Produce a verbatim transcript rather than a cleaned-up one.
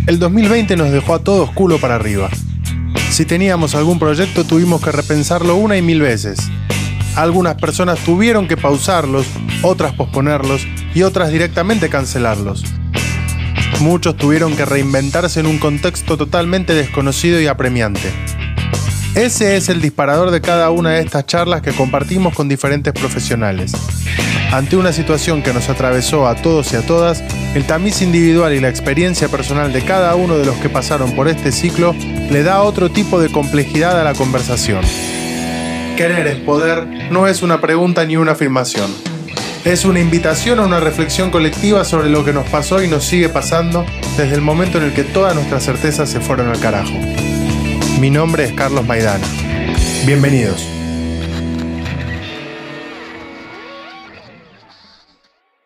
El dos mil veinte nos dejó a todos culo para arriba. Si teníamos algún proyecto tuvimos que repensarlo una y mil veces. Algunas personas tuvieron que pausarlos, otras posponerlos y otras directamente cancelarlos. Muchos tuvieron que reinventarse en un contexto totalmente desconocido y apremiante. Ese es el disparador de cada una de estas charlas que compartimos con diferentes profesionales. Ante una situación que nos atravesó a todos y a todas, el tamiz individual y la experiencia personal de cada uno de los que pasaron por este ciclo le da otro tipo de complejidad a la conversación. Querer es poder no es una pregunta ni una afirmación. Es una invitación a una reflexión colectiva sobre lo que nos pasó y nos sigue pasando desde el momento en el que todas nuestras certezas se fueron al carajo. Mi nombre es Carlos Maidana. Bienvenidos.